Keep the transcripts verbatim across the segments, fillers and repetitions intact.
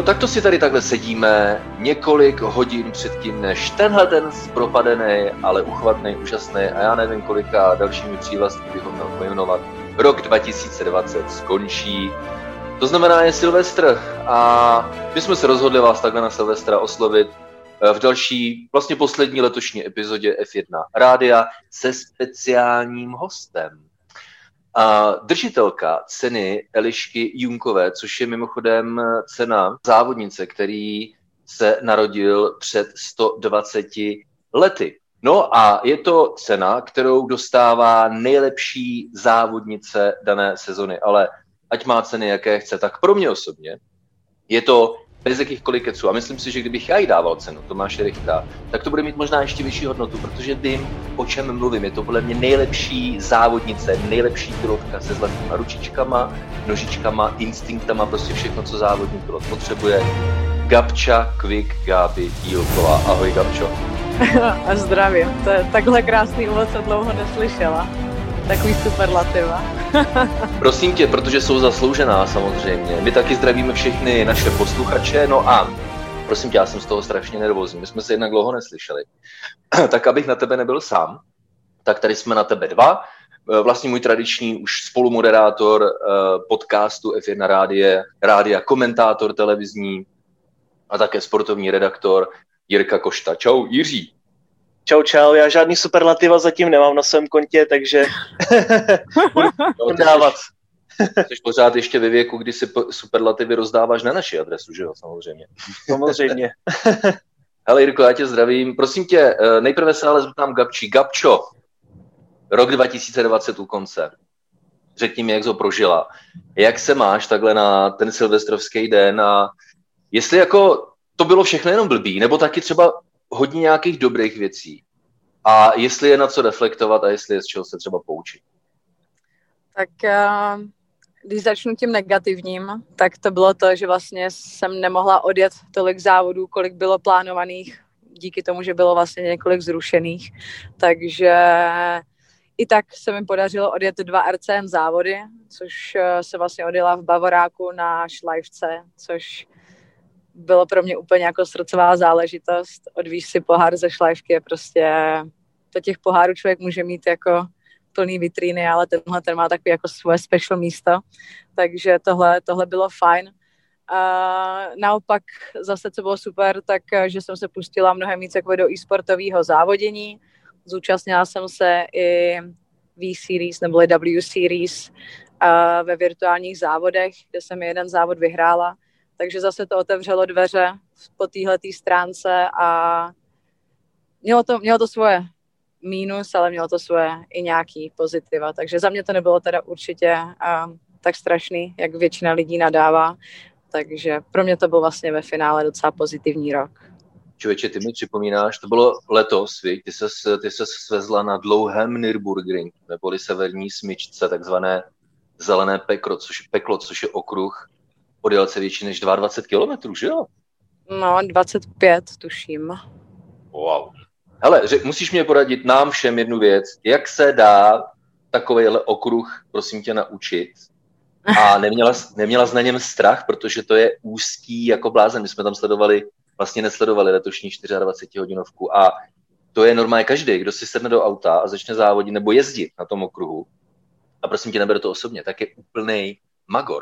takto si tady takhle sedíme několik hodin předtím, než tenhle ten propadený, ale uchvatný, úžasný a já nevím kolika dalšími přívlastky bych ho měl pojmenovat, rok dva tisíce dvacet skončí. To znamená, je Silvestr a my jsme se rozhodli vás takhle na Silvestra oslovit v další, vlastně poslední letošní epizodě F jedna Rádia se speciálním hostem. A držitelka ceny Elišky Junkové, což je mimochodem cena závodnice, který se narodil před sto dvaceti lety. No a je to cena, kterou dostává nejlepší závodnice dané sezony, ale ať má ceny jaké chce, tak pro mě osobně je to bez jakýchkoliv keců. A myslím si, že kdybych já jí dával cenu Tomáše Richtera, tak to bude mít možná ještě vyšší hodnotu, protože vím, o čem mluvím. Je to podle mě nejlepší závodnice, nejlepší pilotka se zlatýma ručičkama, nožičkama, instinktama, prostě všechno, co závodní pilot potřebuje. Gabča Quick Gáby Jílková. Ahoj, Gabčo. A zdravím. To je takhle krásný úvod, co dlouho neslyšela. Takový superlativa. Prosím tě, protože jsou zasloužená samozřejmě. My taky zdravíme všechny naše posluchače, no a prosím tě, já jsem z toho strašně nervózní. My jsme se jednak dlouho neslyšeli. Tak abych na tebe nebyl sám, tak tady jsme na tebe dva. Vlastně můj tradiční už spolumoderátor podcastu F jedna Rádie, rádia, komentátor televizní a také sportovní redaktor Jirka Košta. Čau, Jiří. Čau, čau, já žádný superlativa zatím nemám na svém kontě, takže budu dávat. Jsi pořád ještě ve věku, kdy si superlativy rozdáváš na naši adresu, že jo, samozřejmě. Samozřejmě. Hele, Jirko, já tě zdravím. Prosím tě, nejprve se ale zeptám Gabčí. Gabčo, rok dva tisíce dvacet u konce. Řekni mi, jak jsi ho prožila. Jak se máš takhle na ten silvestrovský den a jestli jako to bylo všechno jenom blbý, nebo taky třeba hodně nějakých dobrých věcí. A jestli je na co reflektovat a jestli je z čeho se třeba poučit. Tak když začnu tím negativním, tak to bylo to, že vlastně jsem nemohla odjet tolik závodů, kolik bylo plánovaných, díky tomu, že bylo vlastně několik zrušených. Takže i tak se mi podařilo odjet dva R C M závody, což se vlastně odjela v Bavoráku na Šlajvce, což bylo pro mě úplně jako srdcová záležitost. Odvíš si pohár ze šlajvky, je prostě, to těch pohárů člověk může mít jako plný vitríny, ale tenhle ten má takový jako svoje special místo, takže tohle, tohle bylo fajn. A naopak zase, co bylo super, tak že jsem se pustila mnohem víc jako do e-sportového závodění. Zúčastnila jsem se i V-Series neboli W Series ve virtuálních závodech, kde jsem jeden závod vyhrála. Takže zase to otevřelo dveře po téhleté stránce a mělo to, mělo to svoje mínus, ale mělo to svoje i nějaký pozitiva. Takže za mě to nebylo teda určitě uh, tak strašný, jak většina lidí nadává. Takže pro mě to byl vlastně ve finále docela pozitivní rok. Člověče, ty mi připomínáš, to bylo letos, víš, ty ses, ty ses svezla na dlouhém Nürburgring, neboli severní smyčce, takzvané zelené peklo, což, peklo, což je okruh o délce větší než dvacet dva kilometrů, že jo? No, dvacet pět, tuším. Wow. Hele, řek, musíš mě poradit nám všem jednu věc. Jak se dá takovejhle okruh, prosím tě, naučit? A neměla, neměla jsi na něm strach, protože to je úzký jako blázen. My jsme tam sledovali, vlastně nesledovali letošní dvacetičtyřhodinovku a to je normálně každý, kdo si sedne do auta a začne závodit nebo jezdit na tom okruhu a prosím tě, nebere to osobně, tak je úplnej magor.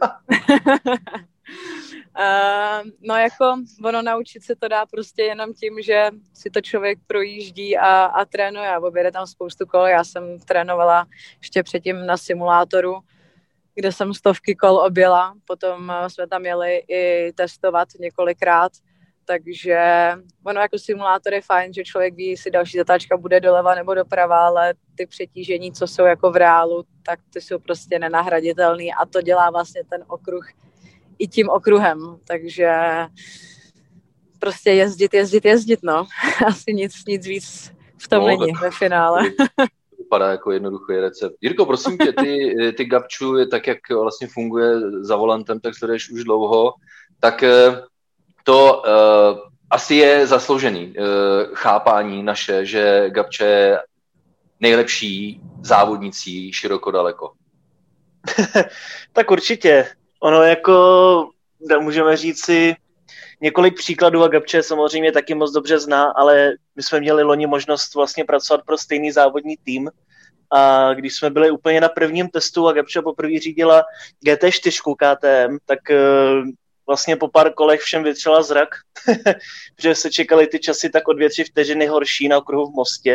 Uh, no jako ono naučit se to dá prostě jenom tím, že si to člověk projíždí a, a trénuje a objede tam spoustu kol. Já jsem trénovala ještě předtím na simulátoru, kde jsem stovky kol objela, potom jsme tam jeli i testovat několikrát, takže ono jako simulátor je fajn, že člověk ví, jestli další zatáčka bude doleva nebo doprava, ale ty přetížení, co jsou jako v reálu, tak ty jsou prostě nenahraditelný a to dělá vlastně ten okruh i tím okruhem, takže prostě jezdit, jezdit, jezdit, no. Asi nic, nic víc v tom no, není ve finále. Vypadá jako jednoduchý recept. Jirko, prosím tě, ty, ty Gabču, tak jak vlastně funguje za volantem, tak sleduješ už dlouho, tak to uh, asi je zasloužený uh, chápání naše, že Gabča je nejlepší závodnicí široko daleko. Tak určitě. Ono jako můžeme říct si několik příkladů a Gabče samozřejmě taky moc dobře zná, ale my jsme měli loni možnost vlastně pracovat pro stejný závodní tým a když jsme byli úplně na prvním testu a Gabča poprvé řídila G T čtyři K T M, tak vlastně po pár kolech všem vytřela zrak, protože se čekaly ty časy tak o dvě, tři vteřiny horší na okruhu v Mostě.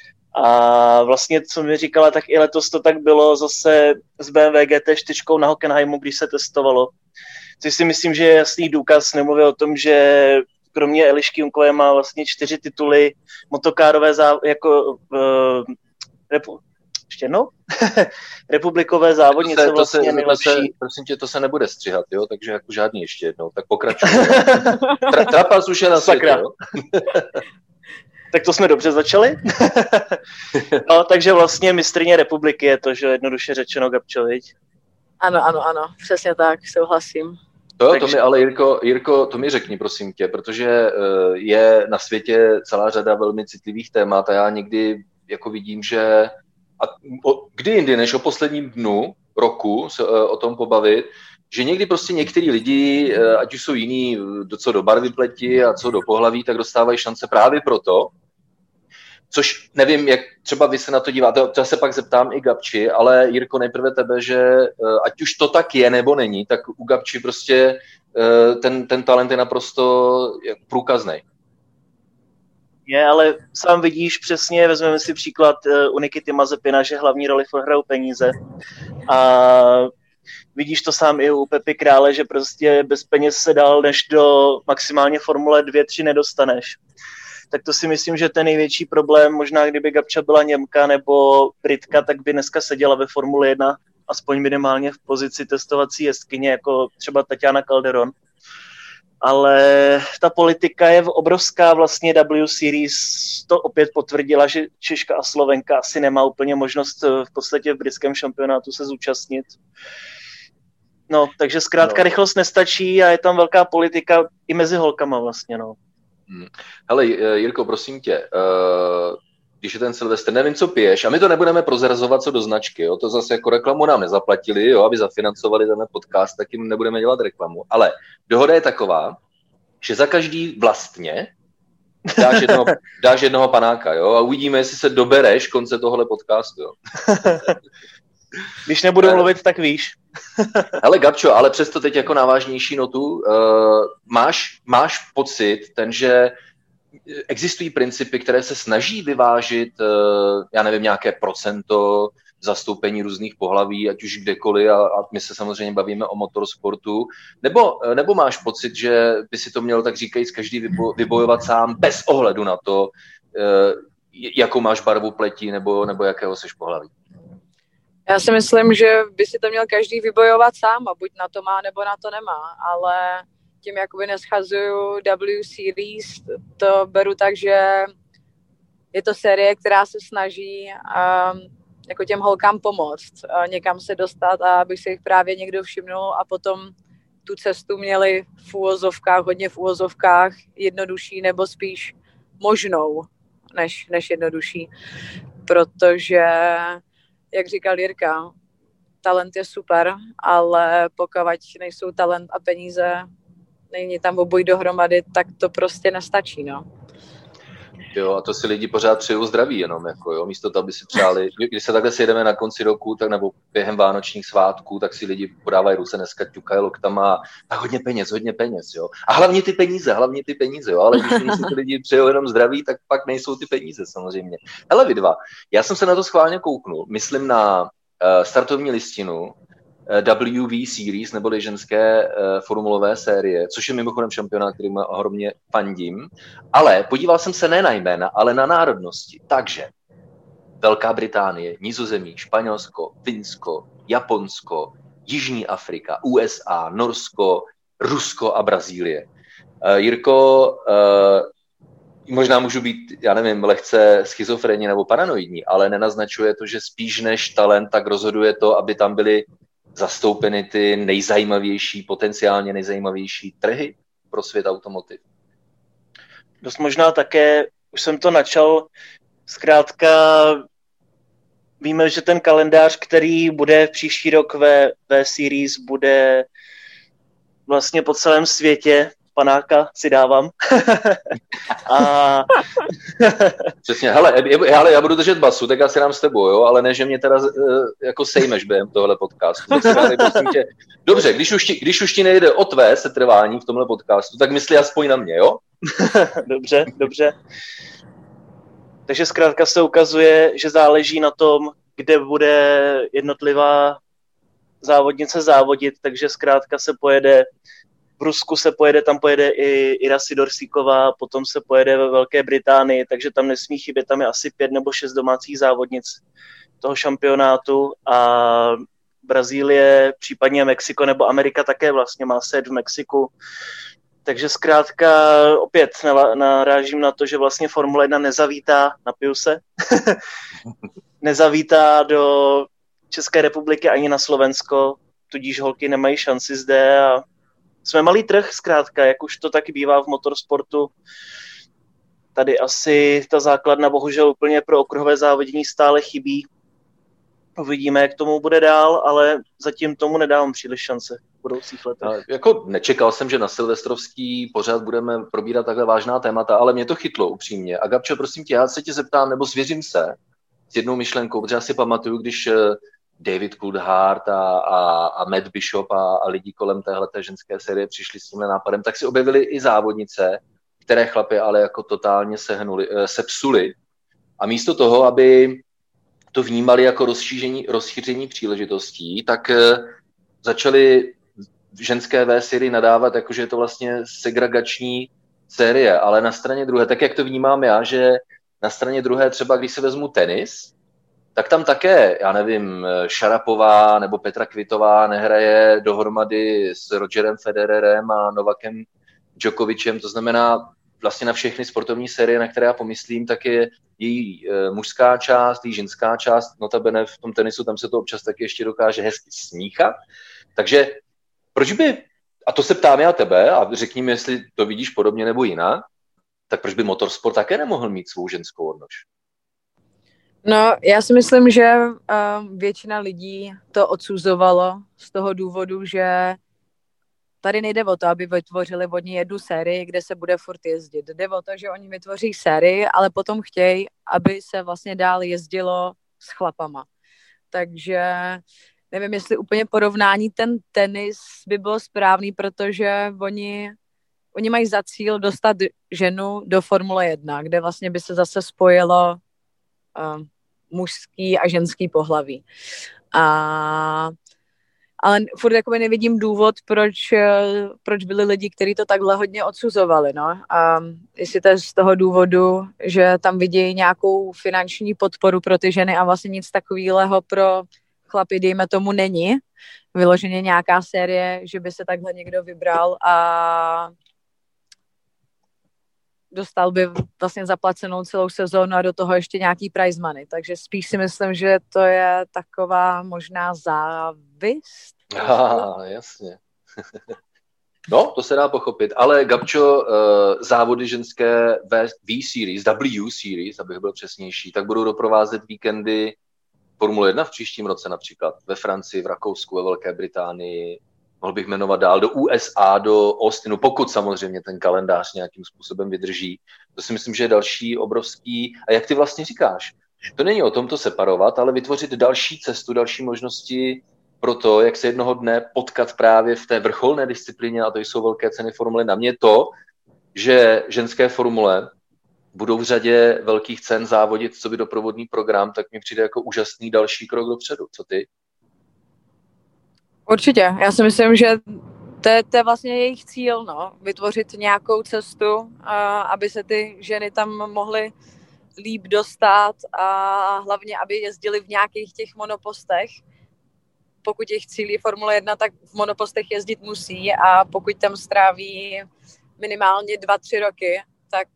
A vlastně, co mi říkala, tak i letos to tak bylo zase s B M W G T čtyři na Hockenheimu, když se testovalo. Což si myslím, že je jasný důkaz, nemluvím o tom, že kromě Elišky Junkové má vlastně čtyři tituly motokárové zá, jako uh, repu, ještě jednou? republikové závodnice to se, vlastně to nejlepší. Se, prosím tě, to se nebude střihat, jo? Takže jako žádný ještě jednou, tak pokračuj. Tra, trapas už je na světě, jo? Tak to jsme dobře začali. No, takže vlastně mistryně republiky je to, že jednoduše řečeno Gabčo, viď? Ano, ano, ano, přesně tak, souhlasím. To, takže... to mi ale, Jirko, Jirko, to mi řekni, prosím tě, protože je na světě celá řada velmi citlivých témat a já někdy jako vidím, že a o, kdy jindy, než o posledním dnu roku se o tom pobavit, že někdy prostě některý lidi, ať už jsou jiní, do co do barvy pleti a co do pohlaví, tak dostávají šance právě proto, což nevím, jak třeba vy se na to díváte, já se pak zeptám i Gabči, ale Jirko, nejprve tebe, že ať už to tak je nebo není, tak u Gabči prostě ten, ten talent je naprosto průkaznej. Je, ale sám vidíš přesně, vezmeme si příklad u Nikity Mazepina, že hlavní roli hrajou peníze a vidíš to sám i u Pepy Krále, že prostě bez peněz se dál než do maximálně Formule dvě tři nedostaneš. Tak to si myslím, že ten největší problém, možná kdyby Gabča byla Němka nebo Britka, tak by dneska seděla ve Formule jedna, aspoň minimálně v pozici testovací jezdkyně, jako třeba Tatiana Calderon. Ale ta politika je obrovská, vlastně W Series to opět potvrdila, že Češka a Slovenka asi nemá úplně možnost v podstatě v britském šampionátu se zúčastnit. No, takže zkrátka no. Rychlost nestačí a je tam velká politika i mezi holkama vlastně, no. Hmm. Hele, Jirko, prosím tě, uh, když je ten Silvestr, nevím, co piješ, a my to nebudeme prozrazovat co do značky, jo? To zase jako reklamu nám nezaplatili, jo? Aby zafinancovali tenhle podcast, tak jim nebudeme dělat reklamu, ale dohoda je taková, že za každý vlastně dáš jednoho, dáš jednoho panáka, jo? A uvidíme, jestli se dobereš konce tohohle podcastu, jo? Když nebudu mluvit, tak víš. Hele, Gabčo, ale přesto teď jako na vážnější notu, uh, máš, máš pocit ten, že existují principy, které se snaží vyvážit, uh, já nevím, nějaké procento zastoupení různých pohlaví, ať už kdekoliv, a, a my se samozřejmě bavíme o motorsportu, nebo, nebo máš pocit, že by si to měl, tak říkajíc, každý vybo, vybojovat sám bez ohledu na to, uh, jakou máš barvu pleti nebo, nebo jakého seš pohlaví? Já si myslím, že by si to měl každý vybojovat sám a buď na to má, nebo na to nemá, ale tím jakoby neschazuju W Series, to beru tak, že je to série, která se snaží um, jako těm holkám pomoct, uh, někam se dostat a aby se jich právě někdo všimnul a potom tu cestu měli v úvozovkách, hodně v úvozovkách jednodušší nebo spíš možnou než, než jednodušší, protože jak říkal Jirka, talent je super, ale pokud nejsou talent a peníze, není tam oboj dohromady, tak to prostě nestačí, no. Jo, a to si lidi pořád přejou zdraví jenom, jako jo, místo toho, aby si přáli, když se takhle sjedeme na konci roku, tak nebo během vánočních svátků, tak si lidi podávají ruce, dneska ťukají loktama a hodně peněz, hodně peněz, jo. A hlavně ty peníze, hlavně ty peníze, jo, ale když si ty lidi přejou jenom zdraví, tak pak nejsou ty peníze samozřejmě. Hele vy dva, já jsem se na to schválně kouknul, myslím na uh, startovní listinu W V Series, neboli ženské uh, formulové série, což je mimochodem šampionát, který ohromně fandím, ale podíval jsem se ne na jména, ale na národnosti. Takže Velká Británie, Nizozemí, Španělsko, Finsko, Japonsko, Jižní Afrika, U S A, Norsko, Rusko a Brazílie. Uh, Jirko, uh, možná můžu být, já nevím, lehce schizofrenní nebo paranoidní, ale nenaznačuje to, že spíš než talent, tak rozhoduje to, aby tam byly zastoupeny ty nejzajímavější, potenciálně nejzajímavější trhy pro svět automotiv? Dost možná také, už jsem to načal, zkrátka víme, že ten kalendář, který bude příští rok ve, ve Series, bude vlastně po celém světě. Panáka si dávám. A... Přesně, hele, hele, já budu držet basu, tak já si dám s tebou, jo, ale ne, že mě teda jako sejmeš během tohle podcastu. Tak si dávej, prosím tě. Dobře, když už, ti, když už ti nejde o tvé setrvání v tomhle podcastu, tak myslí aspoň na mě, jo? Dobře, dobře. Takže zkrátka se ukazuje, že záleží na tom, kde bude jednotlivá závodnice závodit, takže zkrátka se pojede v Rusku se pojede, tam pojede i Ira Sidorsíková, potom se pojede ve Velké Británii, takže tam nesmí chybět, tam je asi pět nebo šest domácích závodnic toho šampionátu a Brazílie, případně Mexiko nebo Amerika také vlastně má set v Mexiku. Takže zkrátka opět narážím na to, že vlastně Formule jedna nezavítá, napiju se, nezavítá do České republiky ani na Slovensko, tudíž holky nemají šanci zde a jsme malý trh, zkrátka, jak už to taky bývá v motorsportu. Tady asi ta základna bohužel úplně pro okruhové závodění stále chybí. Uvidíme, jak tomu bude dál, ale zatím tomu nedávám příliš šance v budoucích letech. A jako nečekal jsem, že na silvestrovský pořád budeme probírat takhle vážná témata, ale mě to chytlo upřímně. A Gabčo, prosím tě, já se tě zeptám, nebo svěřím se s jednou myšlenkou, protože já si pamatuju, když David Coulthard a, a, a Matt Bishop a, a lidi kolem téhleté ženské série přišli s tímhle nápadem, tak si objevili i závodnice, které chlapy ale jako totálně sehnuli, sepsuli. A místo toho, aby to vnímali jako rozšíření, rozšíření příležitostí, tak začali v ženské V sérii nadávat, jakože je to vlastně segregační série, ale na straně druhé, tak jak to vnímám já, že na straně druhé třeba, když se vezmu tenis, tak tam také, já nevím, Šarapová nebo Petra Kvitová nehraje dohromady s Rogerem Federerem a Novakem Djokovicem, to znamená vlastně na všechny sportovní série, na které já pomyslím, tak je její e, mužská část, její ženská část, notabene v tom tenisu, tam se to občas taky ještě dokáže hezky smíchat. Takže proč by, a to se ptám já tebe, a řekni mi, jestli to vidíš podobně nebo jinak, tak proč by motorsport také nemohl mít svou ženskou odnož? No, já si myslím, že uh, většina lidí to odsuzovalo z toho důvodu, že tady nejde o to, aby vytvořili vodní jednu sérii, kde se bude furt jezdit. Jde o to, že oni vytvoří sérii, ale potom chtějí, aby se vlastně dál jezdilo s chlapama. Takže nevím, jestli úplně porovnání ten tenis by bylo správný, protože oni, oni mají za cíl dostat ženu do Formule jedna, kde vlastně by se zase spojilo uh, mužský a ženský pohlaví. A ale furt jakoby nevidím důvod, proč, proč byli lidi, kteří to takhle hodně odsuzovali. No. A jestli to je z toho důvodu, že tam vidí nějakou finanční podporu pro ty ženy a vlastně nic takového pro chlapy, dejme tomu, není. Vyloženě nějaká série, že by se takhle někdo vybral a dostal by vlastně zaplacenou celou sezónu a do toho ještě nějaký prize money. Takže spíš si myslím, že to je taková možná závist. Ah, jasně. No, to se dá pochopit. Ale Gabčo, závody ženské V-Series, W-Series, abych byl přesnější, tak budou doprovázet víkendy Formule jedna v příštím roce například. Ve Francii, v Rakousku, ve Velké Británii. Mohl bych jmenovat dál do U S A, do Austinu, pokud samozřejmě ten kalendář nějakým způsobem vydrží. To si myslím, že je další obrovský. A jak ty vlastně říkáš, to není o tom to separovat, ale vytvořit další cestu, další možnosti pro to, jak se jednoho dne potkat právě v té vrcholné disciplíně, a to jsou velké ceny Formule. Na mě to, že ženské formule budou v řadě velkých cen závodit co by doprovodný program, tak mi přijde jako úžasný další krok dopředu. Co ty? Určitě. Já si myslím, že to je, to je vlastně jejich cíl, no. Vytvořit nějakou cestu, a aby se ty ženy tam mohly líp dostat a hlavně, aby jezdili v nějakých těch monopostech. Pokud jejich cílí Formule jedna, tak v monopostech jezdit musí a pokud tam stráví minimálně dva, tři roky, tak,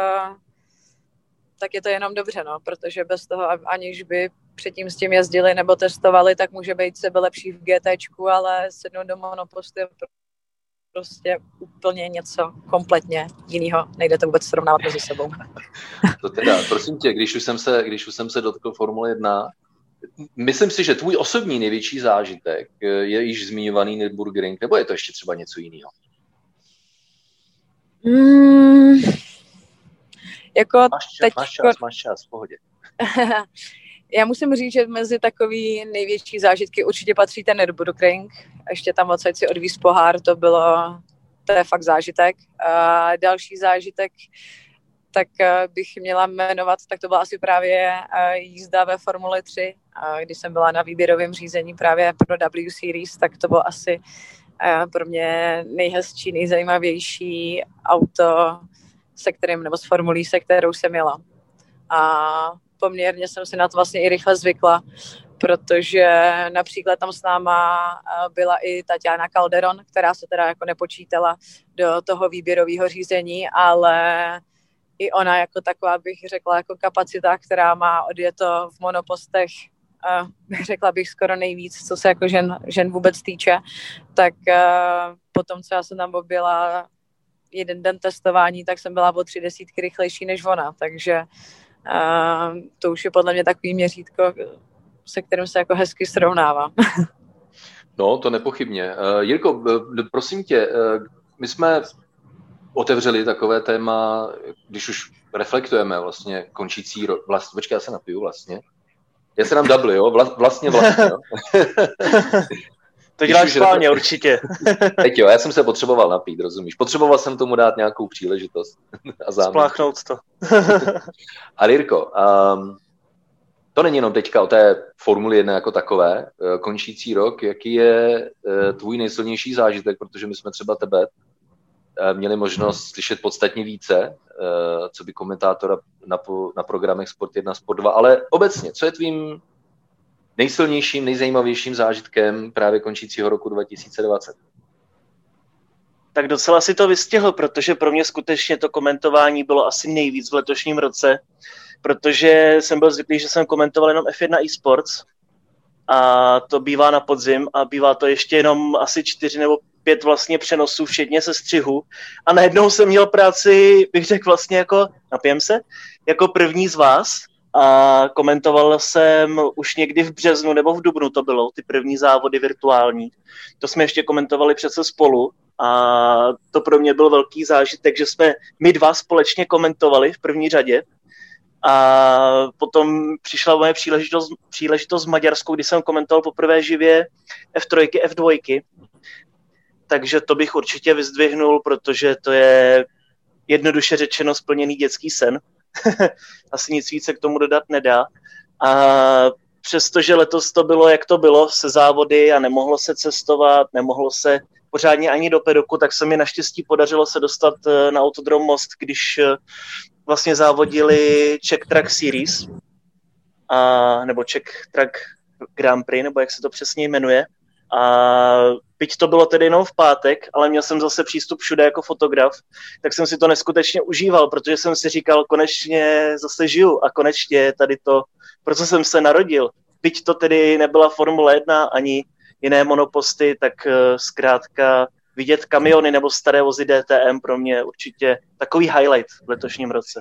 tak je to jenom dobře, no, protože bez toho, aniž by předtím s tím jezdili nebo testovali, tak může být sebe lepší v GTčku, ale sednout do monopostu je prostě úplně něco kompletně jiného. Nejde to vůbec srovnávat mezi sebou. To teda, prosím tě, když už jsem se, když už jsem se dotkl Formule jedna, myslím si, že tvůj osobní největší zážitek je již zmiňovaný Nürburgring, nebo je to ještě třeba něco jiného? Mm, jako máš čas, teď... máš čas, máš čas, v pohodě. Já musím říct, že mezi takový největší zážitky určitě patří ten Nürburgring. Ještě tam odsaď si odvíz pohár, to bylo, to je fakt zážitek. A další zážitek, tak bych měla jmenovat, tak to byla asi právě jízda ve Formule tři. Když jsem byla na výběrovém řízení právě pro W Series, tak to bylo asi pro mě nejhezčí, nejzajímavější auto, se kterým, nebo s formulí, se kterou jsem jela. A poměrně jsem si na to vlastně i rychle zvykla, protože například tam s náma byla i Tatiana Calderon, která se teda jako nepočítala do toho výběrového řízení, ale i ona jako taková, bych řekla, jako kapacita, která má odjeto v monopostech, řekla bych skoro nejvíc, co se jako žen, žen vůbec týče, tak potom, co já jsem tam objela jeden den testování, tak jsem byla o tři desítky rychlejší než ona, takže Uh, to už je podle mě takový měřítko, se kterým se jako hezky srovnává. No, to nepochybně. Uh, Jirko, uh, prosím tě, uh, my jsme otevřeli takové téma, když už reflektujeme vlastně končící rok. Vlast, počkej, já se napiju vlastně. Já se dám double, jo? Vla, vlastně vlastně, jo? To děláš schválně, určitě. Teď jo, já jsem se potřeboval napít, rozumíš? Potřeboval jsem tomu dát nějakou příležitost. A spláchnout to. A Jirko, um, to není jenom teďka o té Formuli jedna jako takové, uh, končící rok, jaký je uh, tvůj nejsilnější zážitek, protože my jsme třeba tebe uh, měli možnost slyšet podstatně více, uh, co by komentátora na, po, na programech Sport jedna, Sport dva, ale obecně, co je tvým nejsilnějším, nejzajímavějším zážitkem právě končícího roku dva tisíce dvacet? Tak docela si to vystihl, protože pro mě skutečně to komentování bylo asi nejvíc v letošním roce, protože jsem byl zvyklý, že jsem komentoval jenom F jedna eSports a to bývá na podzim a bývá to ještě jenom asi čtyři nebo pět vlastně přenosů, včetně se střihu a najednou jsem měl práci, bych řekl vlastně jako, napijem se, jako první z vás. A komentoval jsem už někdy v březnu nebo v dubnu to bylo, ty první závody virtuální. To jsme ještě komentovali přece spolu a to pro mě byl velký zážitek, že jsme my dva společně komentovali v první řadě. A potom přišla moje příležitost, příležitost s Maďarskou, kdy jsem komentoval poprvé živě F tři, F dva. Takže to bych určitě vyzdvihnul, protože to je jednoduše řečeno splněný dětský sen. Asi nic více k tomu dodat nedá. A přestože letos to bylo, jak to bylo, se závody a nemohlo se cestovat, nemohlo se pořádně ani do pedoku, tak se mi naštěstí podařilo se dostat na Autodrom Most, když vlastně závodili Czech Track Series, a, nebo Czech Track Grand Prix, nebo jak se to přesně jmenuje. A byť to bylo tedy jenom v pátek, ale měl jsem zase přístup všude jako fotograf, tak jsem si to neskutečně užíval, protože jsem si říkal, konečně zase žiju a konečně tady to, proto jsem se narodil. Byť to tedy nebyla Formule jedna ani jiné monoposty, tak zkrátka vidět kamiony nebo staré vozy D T M pro mě určitě takový highlight v letošním roce.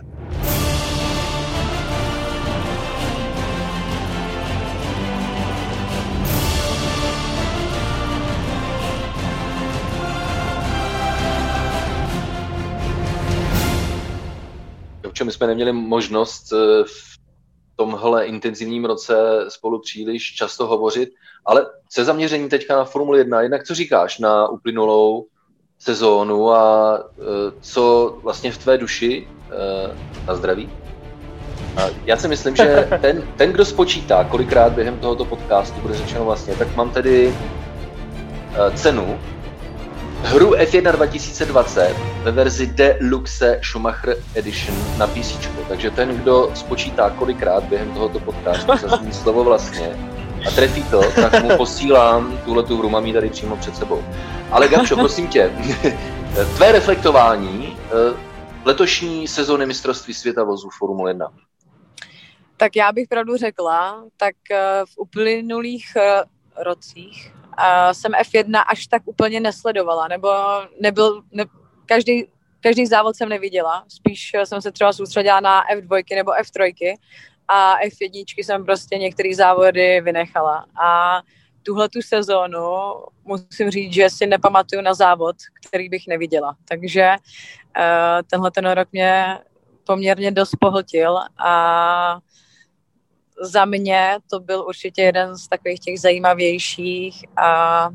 My jsme neměli možnost v tomhle intenzivním roce spolu příliš často hovořit, ale se zaměřením teďka na Formuli jedna, jednak co říkáš na uplynulou sezónu a co vlastně v tvé duši, na zdraví? A já si myslím, že ten, ten, kdo spočítá, kolikrát během tohoto podcastu bude řečeno vlastně, tak mám tedy cenu hru F jedna dva tisíce dvacet ve verzi Deluxe Schumacher Edition na písíčko. Takže ten, kdo spočítá kolikrát během tohoto podcastu zazní slovo vlastně a trefí to, tak mu posílám tuhletu hru, mám ji tady přímo před sebou. Ale Gabčo, prosím tě, tvé reflektování letošní sezóny mistrovství světa vozů Formule jedna. Tak já bych pravdu řekla, tak v uplynulých rocích Uh, jsem F jedna až tak úplně nesledovala, nebo nebyl, ne, každý, každý závod jsem neviděla, spíš jsem se třeba soustředila na F dva nebo F tři a F jedna jsem prostě některé závody vynechala. A tuhle tu sezónu musím říct, že si nepamatuju na závod, který bych neviděla. Takže uh, tenhle ten rok mě poměrně dost pohltil a za mě to byl určitě jeden z takových těch zajímavějších a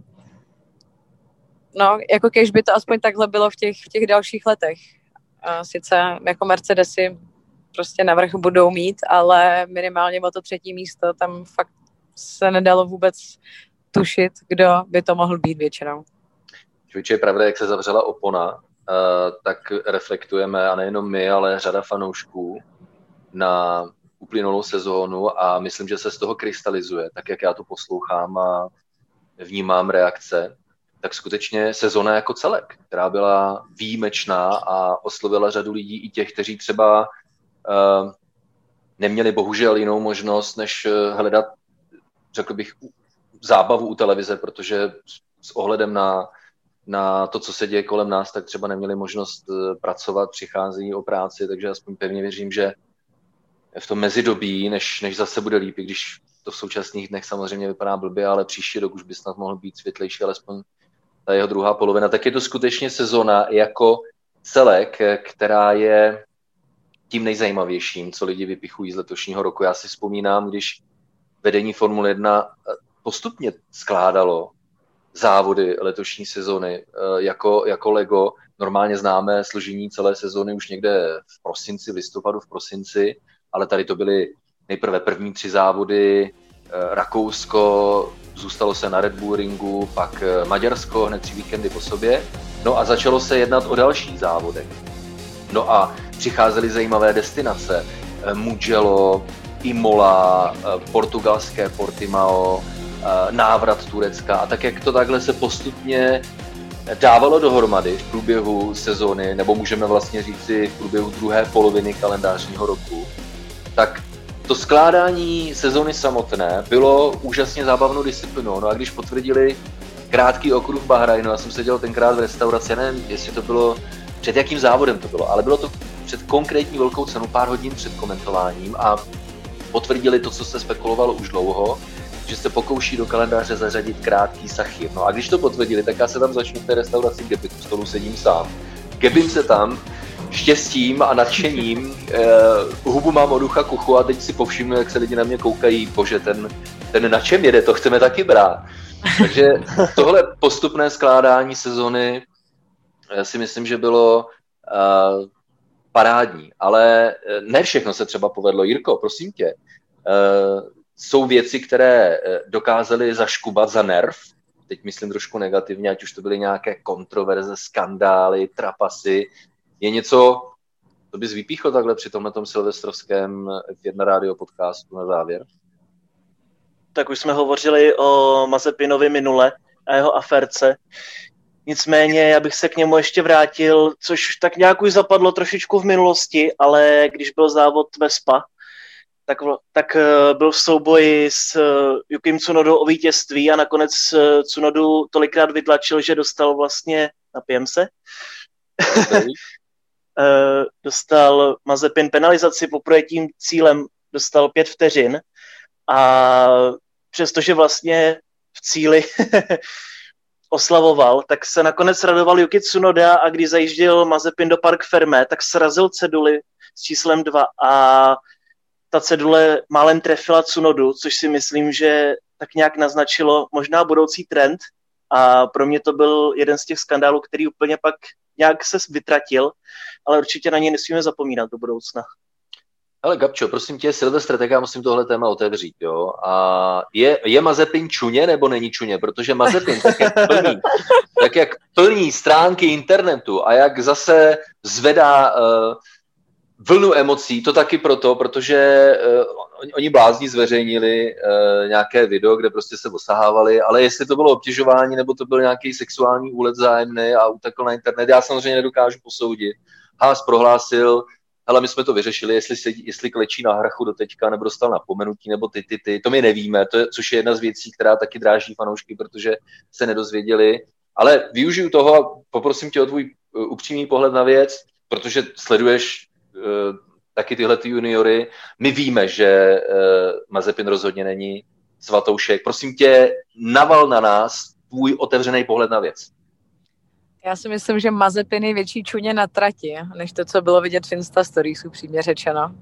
no, jako když by to aspoň takhle bylo v těch, v těch dalších letech. A sice jako Mercedesy prostě navrch budou mít, ale minimálně o to třetí místo tam fakt se nedalo vůbec tušit, kdo by to mohl být většinou. Čověče, je pravda, jak se zavřela opona, tak reflektujeme, a nejenom my, ale řada fanoušků na uplynulou sezónu a myslím, že se z toho krystalizuje, tak jak já to poslouchám a vnímám reakce, tak skutečně sezóna jako celek, která byla výjimečná a oslovila řadu lidí i těch, kteří třeba uh, neměli bohužel jinou možnost, než hledat, řekl bych, zábavu u televize, protože s ohledem na, na to, co se děje kolem nás, tak třeba neměli možnost pracovat, přicházení o práci, takže aspoň pevně věřím, že v tom mezidobí, než, než zase bude líp, když to v současných dnech samozřejmě vypadá blbě, ale příští rok už by snad mohl být světlejší, alespoň ta jeho druhá polovina, tak je to skutečně sezona jako celek, která je tím nejzajímavějším, co lidi vypichují z letošního roku. Já si vzpomínám, když vedení Formule jedna postupně skládalo závody letošní sezony jako, jako Lego. Normálně známe složení celé sezony už někde v prosinci, v listopadu, v prosinci, ale tady to byly nejprve první tři závody, Rakousko, zůstalo se na Red Bull ringu, pak Maďarsko, hned tři víkendy po sobě. No a začalo se jednat o dalších závodech. No a přicházely zajímavé destinace. Mugello, Imola, portugalské Portimao, návrat Turecka. A tak, jak to takhle se postupně dávalo dohromady v průběhu sezóny, nebo můžeme vlastně říci v průběhu druhé poloviny kalendářního roku, tak to skládání sezóny samotné bylo úžasně zábavnou disciplinou. No a když potvrdili krátký okruh Bahrajnu, já jsem seděl tenkrát v restauraci, nevím, jestli to bylo, před jakým závodem to bylo, ale bylo to před konkrétní velkou cenu, pár hodin před komentováním a potvrdili to, co se spekulovalo už dlouho, že se pokouší do kalendáře zařadit krátký Sachir. No a když to potvrdili, tak já se tam začnu v té restauraci, kde u stolu sedím sám. Gebím se tam štěstím a nadšením, eh, hubu mám od ucha k uchu a teď si povšimnu, jak se lidi na mě koukají, bože, ten, ten na čem jede, to chceme taky brát. Takže tohle postupné skládání sezony já si myslím, že bylo uh, parádní, ale ne všechno se třeba povedlo. Jirko, prosím tě, uh, jsou věci, které dokázaly zaškubat za nerv, teď myslím trošku negativně, ať už to byly nějaké kontroverze, skandály, trapasy. Je něco, co bys vypíchl takhle při tomhletom silvestrovském F jedna rádio podcastu na závěr? Tak už jsme hovořili o Mazepinovi minule a jeho aférce. Nicméně já bych se k němu ještě vrátil, což tak nějak už zapadlo trošičku v minulosti, ale když byl závod ve Spa, tak, tak byl v souboji s Yukim Tsunodou o vítězství a nakonec Tsunodu tolikrát vytlačil, že dostal vlastně, napijem se, okay. dostal Mazepin penalizaci po projetím cílem, dostal pět vteřin a přestože vlastně v cíli oslavoval, tak se nakonec radoval Yuki Tsunoda a když zajížděl Mazepin do Parc Fermé, tak srazil ceduli s číslem dva a ta cedule málem trefila Tsunodu, což si myslím, že tak nějak naznačilo možná budoucí trend a pro mě to byl jeden z těch skandálů, který úplně pak nějak se vytratil, ale určitě na něj nesmíme zapomínat do budoucna. Ale Gabčo, prosím tě, Silvestre, tak já musím tohle téma otevřít, jo. A je, je Mazepin čuně nebo není čuně? Protože Mazepin, tak jak plní, tak jak plní stránky internetu a jak zase zvedá uh, vlnu emocí, to taky proto, protože uh, oni blázni zveřejnili uh, nějaké video, kde prostě se osahávali, ale jestli to bylo obtěžování nebo to byl nějaký sexuální úlet vzájemný a utekl na internet, já samozřejmě nedokážu posoudit. Haas prohlásil, ale my jsme to vyřešili, jestli, se, jestli klečí na hrachu do teďka, nebo dostal napomenutí, nebo ty, ty, ty, to my nevíme, to je, což je jedna z věcí, která taky dráží fanoušky, protože se nedozvěděli. Ale využiju toho a poprosím tě o tvůj upřímný pohled na věc, protože sleduješ uh, taky tyhle ty juniory. My víme, že uh, Mazepin rozhodně není svatoušek. Prosím tě, naval na nás tvůj otevřený pohled na věc. Já si myslím, že Mazepin je větší čuně na trati, než to, co bylo vidět v Insta Stories, upřímně řečeno.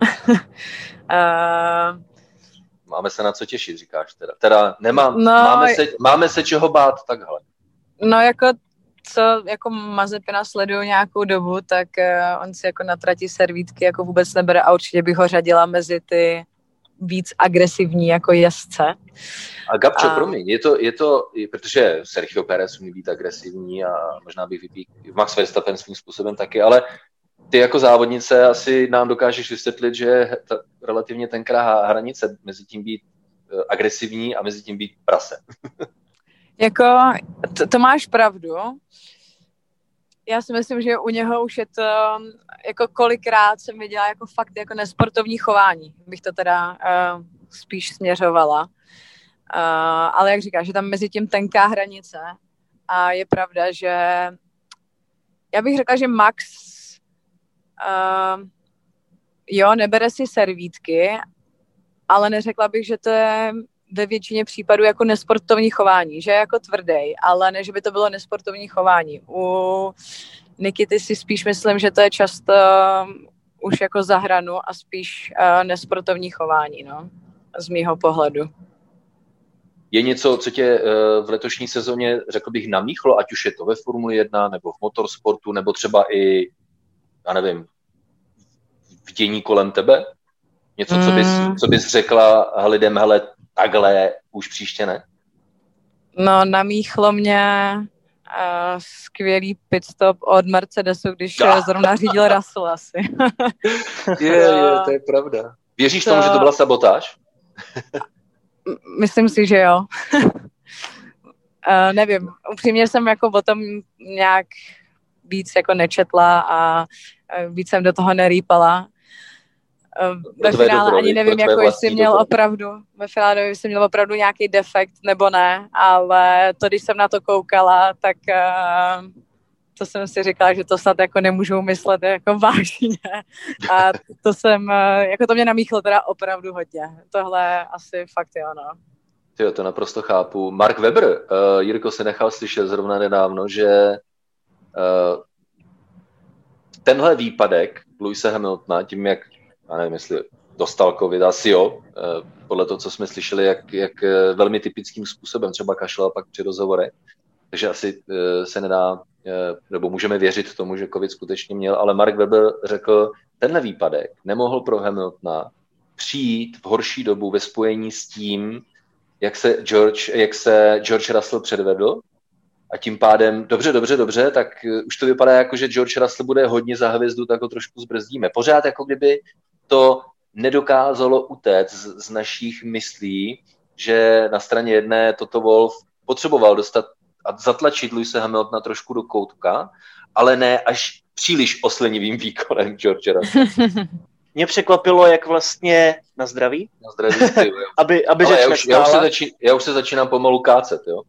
uh... Máme se na co těšit, říkáš teda. Teda nemám, no, máme, se, máme se čeho bát, takhle. No jako co jako Mazepina sleduju nějakou dobu, tak uh, on si jako na trati servítky jako vůbec nebere a určitě bych ho řadila mezi ty víc agresivní jako jezdce. A Gabčo, a... promiň, je to, je to, protože Sergio Pérez umí být agresivní a možná bych vypík Max Verstappen svým způsobem taky, ale ty jako závodnice asi nám dokážeš vysvětlit, že je ta relativně tenkrá hranice mezi tím být agresivní a mezi tím být prase. Jako, to, to máš pravdu. Já si myslím, že u něho už je to, jako kolikrát jsem viděla jako fakt jako nesportovní chování, bych to teda uh, spíš směřovala. Uh, ale jak říkáš, že tam mezi tím tenká hranice a je pravda, že já bych řekla, že Max uh, jo, nebere si servítky, ale neřekla bych, že to je ve většině případů jako nesportovní chování, že je jako tvrdý, ale ne, že by to bylo nesportovní chování. U Nikity si spíš myslím, že to je často už jako za hranu a spíš uh, nesportovní chování, no, z mýho pohledu. Je něco, co tě uh, v letošní sezóně, řekl bych, namíchlo, ať už je to ve Formuli jedna, nebo v motorsportu, nebo třeba i, já nevím, v dění kolem tebe? Něco, co bys, co bys řekla lidem, hele, takhle už příště ne? No, namíchlo mě uh, skvělý pitstop od Mercedesu, když ah. zrovna řídil Russell asi. je, je, to je pravda. Věříš to... tomu, že to byla sabotáž? Myslím si, že jo. uh, nevím, upřímně jsem jako o tom nějak víc jako nečetla a uh, víc jsem do toho nerýpala. Ve finále ani nevím, jako jestli měl dobro. opravdu, ve finále nevím, jestli měl opravdu nějaký defekt nebo ne, ale to, když jsem na to koukala, tak uh, to jsem si říkala, že to snad jako nemůžu myslet jako vážně. A to jsem, uh, jako to mě namíchlo teda opravdu hodně. Tohle asi fakt jo, no. Jo, to naprosto chápu. Mark Webber, uh, Jirko se nechal slyšet zrovna nedávno, že uh, tenhle výpadek Lewise Hamiltona, tím jak já nevím, jestli dostal covid, asi jo, podle toho, co jsme slyšeli, jak, jak velmi typickým způsobem třeba kašlal pak při rozhovorech, takže asi se nedá, nebo můžeme věřit tomu, že covid skutečně měl, ale Mark Webber řekl, tenhle výpadek nemohl pro Hamiltona přijít v horší dobu ve spojení s tím, jak se George, jak se George Russell předvedl a tím pádem, dobře, dobře, dobře, tak už to vypadá jako, že George Russell bude hodně za hvězdu, tak ho trošku zbrzdíme. Pořád jako kdyby to nedokázalo utéct z, z našich myslí, že na straně jedné Toto Wolff potřeboval dostat a zatlačit Lewise Hamiltona trošku do koutka, ale ne až příliš oslenivým výkonem George Russell. Mě překvapilo, jak vlastně na zdraví. Na zdraví, ty, aby, aby ale řeč já už, já, už se začín, já už se začínám pomalu kácet, jo.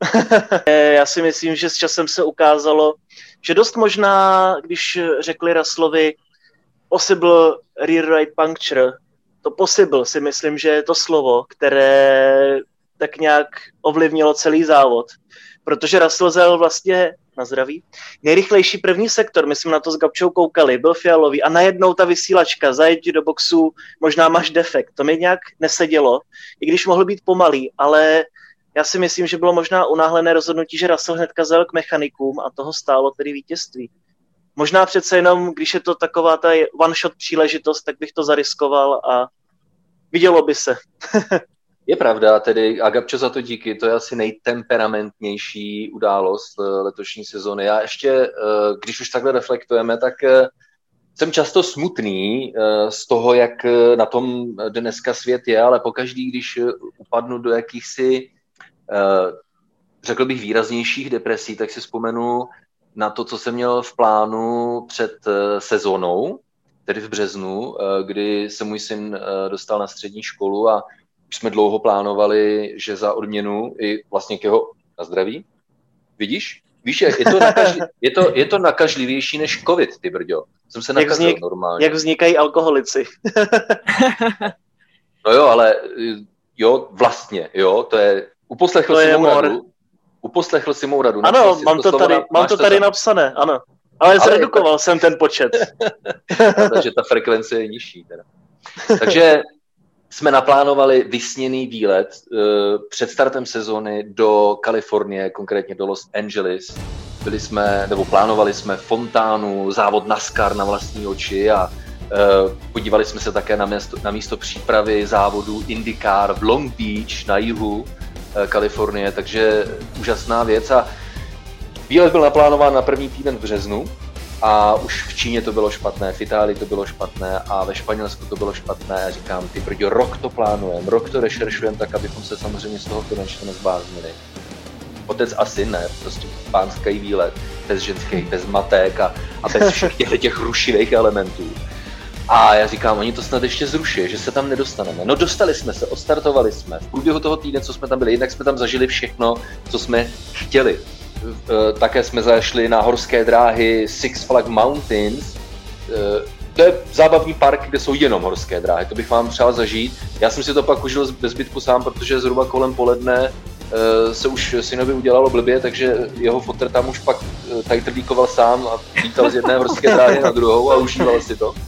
Já si myslím, že s časem se ukázalo, že dost možná, když řekli Russellovi possible rear right puncture, to possible si myslím, že je to slovo, které tak nějak ovlivnilo celý závod, protože Russell zel vlastně na zdraví. Nejrychlejší první sektor, my jsme na to s Gabčou koukali, byl fialový a najednou ta vysílačka, zajetí do boxu, možná máš defekt. To mi nějak nesedělo, i když mohl být pomalý, ale já si myslím, že bylo možná unáhlené rozhodnutí, že Russell hnedka zel k mechanikům a toho stálo tedy vítězství. Možná přece jenom, když je to taková ta one-shot příležitost, tak bych to zariskoval a vidělo by se. Je pravda, tedy a Gabčo za to díky, to je asi nejtemperamentnější událost letošní sezóny. Já ještě, když už takhle reflektujeme, tak jsem často smutný z toho, jak na tom dneska svět je, ale pokaždý, když upadnu do jakýchsi, řekl bych, výraznějších depresí, tak si vzpomenu na to, co jsem měl v plánu před sezónou, tedy v březnu, kdy se můj syn dostal na střední školu a už jsme dlouho plánovali, že za odměnu i vlastně k jeho na zdraví. Vidíš? Víš, je to, nakažli, je to, je to nakažlivější než covid, ty brďo. Jsem se nakazil jak vznik, normálně. Jak vznikají alkoholici. No jo, ale jo, vlastně, jo, to je, uposlechl to si mou mor. radu. Uposlechl si mou radu. Ano, mám to, to tady, na, mám to tady to napsané, ano. Ale, ale zredukoval to... jsem ten počet. Takže ta frekvence je nižší. Teda. Takže jsme naplánovali vysněný výlet uh, před startem sezóny do Kalifornie, konkrétně do Los Angeles. Byli jsme, nebo plánovali jsme fontánu, závod NASCAR na vlastní oči a uh, podívali jsme se také na místo, na místo přípravy závodu IndyCar v Long Beach na jihu uh, Kalifornie, takže úžasná věc. A výlet byl naplánován na první týden v březnu a už v Číně to bylo špatné, v Itálii to bylo špatné a ve Španělsku to bylo špatné a říkám, ty brďo, rok to plánujeme, rok to rešeršujeme tak, abychom se samozřejmě z toho finančně nezbláznili. Otec a syn ne, prostě pánský výlet, bez ženských, bez matek a, a bez všech těch, těch rušivých elementů. A já říkám, oni to snad ještě zruší, že se tam nedostaneme. No dostali jsme se, odstartovali jsme. V průběhu toho týdne, co jsme tam byli, jednak jsme tam zažili všechno, co jsme chtěli. Také jsme zašli na horské dráhy Six Flags Mountains. To je zábavní park, kde jsou jenom horské dráhy, to bych vám přál zažít. Já jsem si to pak užil bez zbytku sám, protože zhruba kolem poledne se už synovi udělalo blbě, takže jeho fotr tam už pak tajtrlíkoval sám a lítal z jedné horské dráhy na druhou a užíval si to.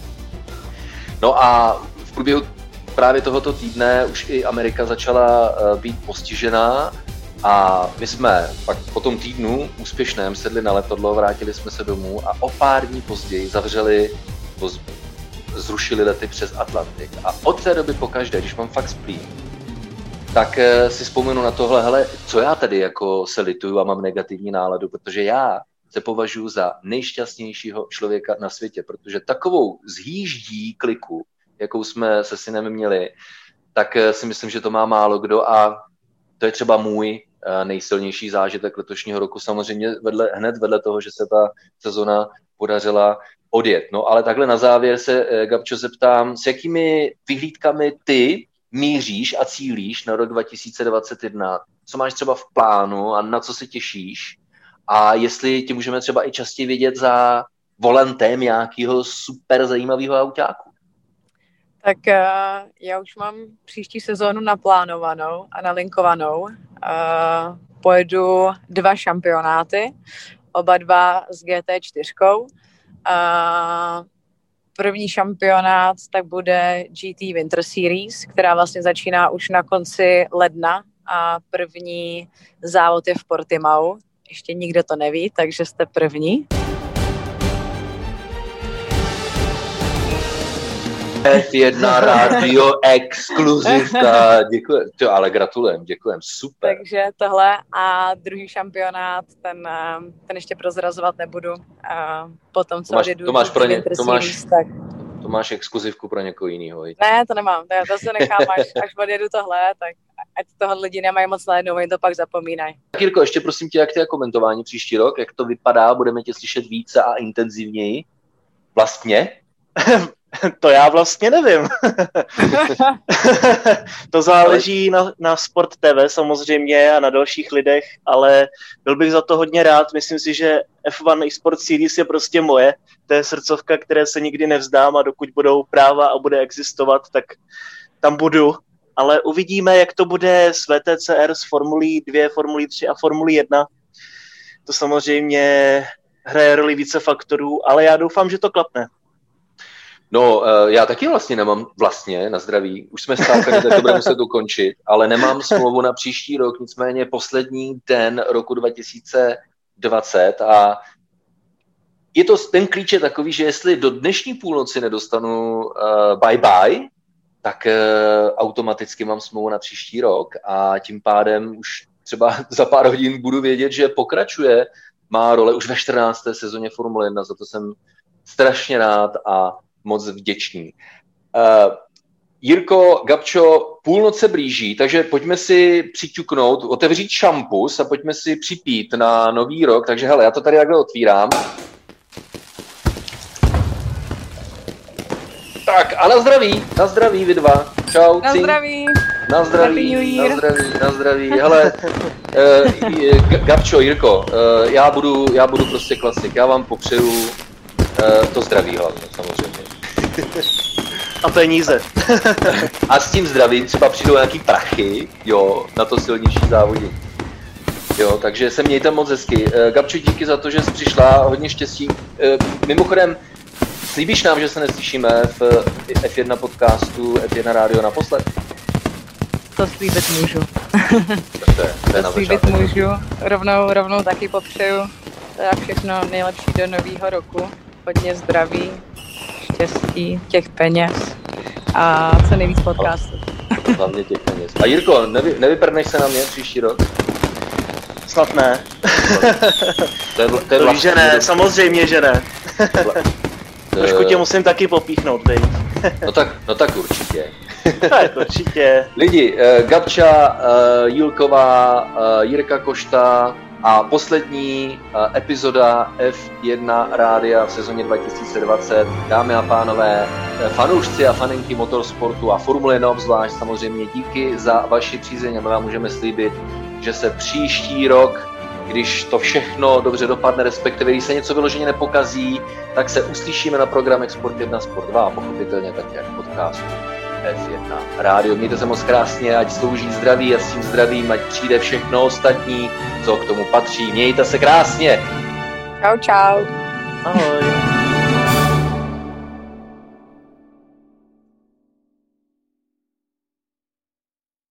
No a v průběhu právě tohoto týdne už i Amerika začala být postižená a my jsme pak po tom týdnu úspěšném sedli na letadlo, vrátili jsme se domů a o pár dní později zavřeli, zrušili lety přes Atlantik. A od té doby pokaždé, když mám fakt splín, tak si vzpomenu na tohle, hele, co já tady jako se lituju a mám negativní náladu, protože já se považuji za nejšťastnějšího člověka na světě, protože takovou zhýždí kliku, jakou jsme se synem měli, tak si myslím, že to má málo kdo a to je třeba můj nejsilnější zážitek letošního roku, samozřejmě vedle, hned vedle toho, že se ta sezona podařila odjet. No ale takhle na závěr se, Gabčo, zeptám, s jakými vyhlídkami ty míříš a cílíš na rok dva tisíce dvacet jedna? Co máš třeba v plánu a na co se těšíš? A jestli tě můžeme třeba i častěji vidět za volantem nějakého super zajímavého autáku? Tak uh, já už mám příští sezónu naplánovanou a nalinkovanou. Uh, pojedu dva šampionáty, oba dva s G T čtyři. Uh, první šampionát tak bude G T Winter Series, která vlastně začíná už na konci ledna a první závod je v Portimao. Ještě nikdo to neví, takže jste první. F jedna Radio exkluzivka, děkujem, to, ale gratulujem, děkujem, super. Takže tohle a druhý šampionát, ten, ten ještě prozrazovat nebudu. A potom, co odjedu to máš, pro ně, to, máš, series, tak... to máš exkluzivku pro někoho jiného. Ne, to nemám, to, to se nechám, až, až odjedu tohle, tak ať toho lidi nemají moc najednou, oni to pak zapomínají. Tak Jirko, ještě prosím tě, jak to je komentování příští rok, jak to vypadá, budeme tě slyšet více a intenzivněji? Vlastně? To já vlastně nevím. To záleží na, na Sport T V samozřejmě a na dalších lidech, ale byl bych za to hodně rád. Myslím si, že F jedna eSport Series je prostě moje. To je srdcovka, které se nikdy nevzdám a dokud budou práva a bude existovat, tak tam budu. Ale uvidíme, jak to bude s V T C R, s Formulí dva, Formulí tři a Formulí jedna. To samozřejmě hraje roli více faktorů, ale já doufám, že to klapne. No, já taky vlastně nemám, vlastně, na zdraví, už jsme skákali, tak to bude muset ukončit, ale nemám smlouvu na příští rok, nicméně poslední den roku dva tisíce dvacet a je to, ten klíč je takový, že jestli do dnešní půlnoci nedostanu uh, bye-bye, tak uh, automaticky mám smlouvu na příští rok a tím pádem už třeba za pár hodin budu vědět, že pokračuje má role už ve čtrnácté sezóně Formule jedna, za to jsem strašně rád a moc vděčný. Uh, Jirko, Gabčo, půlnoc se blíží, takže pojďme si přiťuknout, otevřít šampus a pojďme si připít na nový rok. Takže hele, já to tady takhle otvírám. Tak a na zdraví, na zdraví vy dva. Čau. Na zdraví. Na zdraví, na zdraví, na zdraví. Hele, uh, Gabčo, Jirko, uh, já budu, já budu prostě klasik. Já vám popřeju to zdraví hlavně, samozřejmě. A peníze. A s tím zdravím třeba přijdou nějaký prachy, jo, na to silnější závodí. Jo, takže se mějte moc hezky. Gabčo, díky za to, že jsi přišla, hodně štěstí. Mimochodem, slíbíš nám, že se neslyšíme v F jedna podcastu, F jedna rádio naposled? To slíbit můžu. To, je, to, je to slíbit můžu. Rovnou, rovnou taky popřeju. To je všechno nejlepší do nového roku. Hodně zdraví, štěstí, těch peněz a co nejvíc podcastů. Hlavně těch peněz. A Jirko, nevy, nevyprdneš se na mě příští rok? Snad ne. To je, to je vlastně, že ne, samozřejmě, že ne. Trošku tě musím taky popíchnout, vej. No tak, no tak určitě. Tak určitě. Lidi, Gabča, Julková, Jirka Košta a poslední epizoda F jedna rádia v sezóně dva tisíce dvacet. Dámy a pánové, fanoušci a faninky motorsportu a Formule jedna obzvlášť, samozřejmě díky za vaši přízeň a my vám můžeme slíbit, že se příští rok, když to všechno dobře dopadne, respektive když se něco vyloženě nepokazí, tak se uslyšíme na programech Sport jedna, Sport dva a pochopitelně také v podcastu F jedna rádio. Mějte se moc krásně, ať slouží zdraví a s tím zdravím, ať přijde všechno ostatní, co k tomu patří. Mějte se krásně! Čau, čau. Ahoj.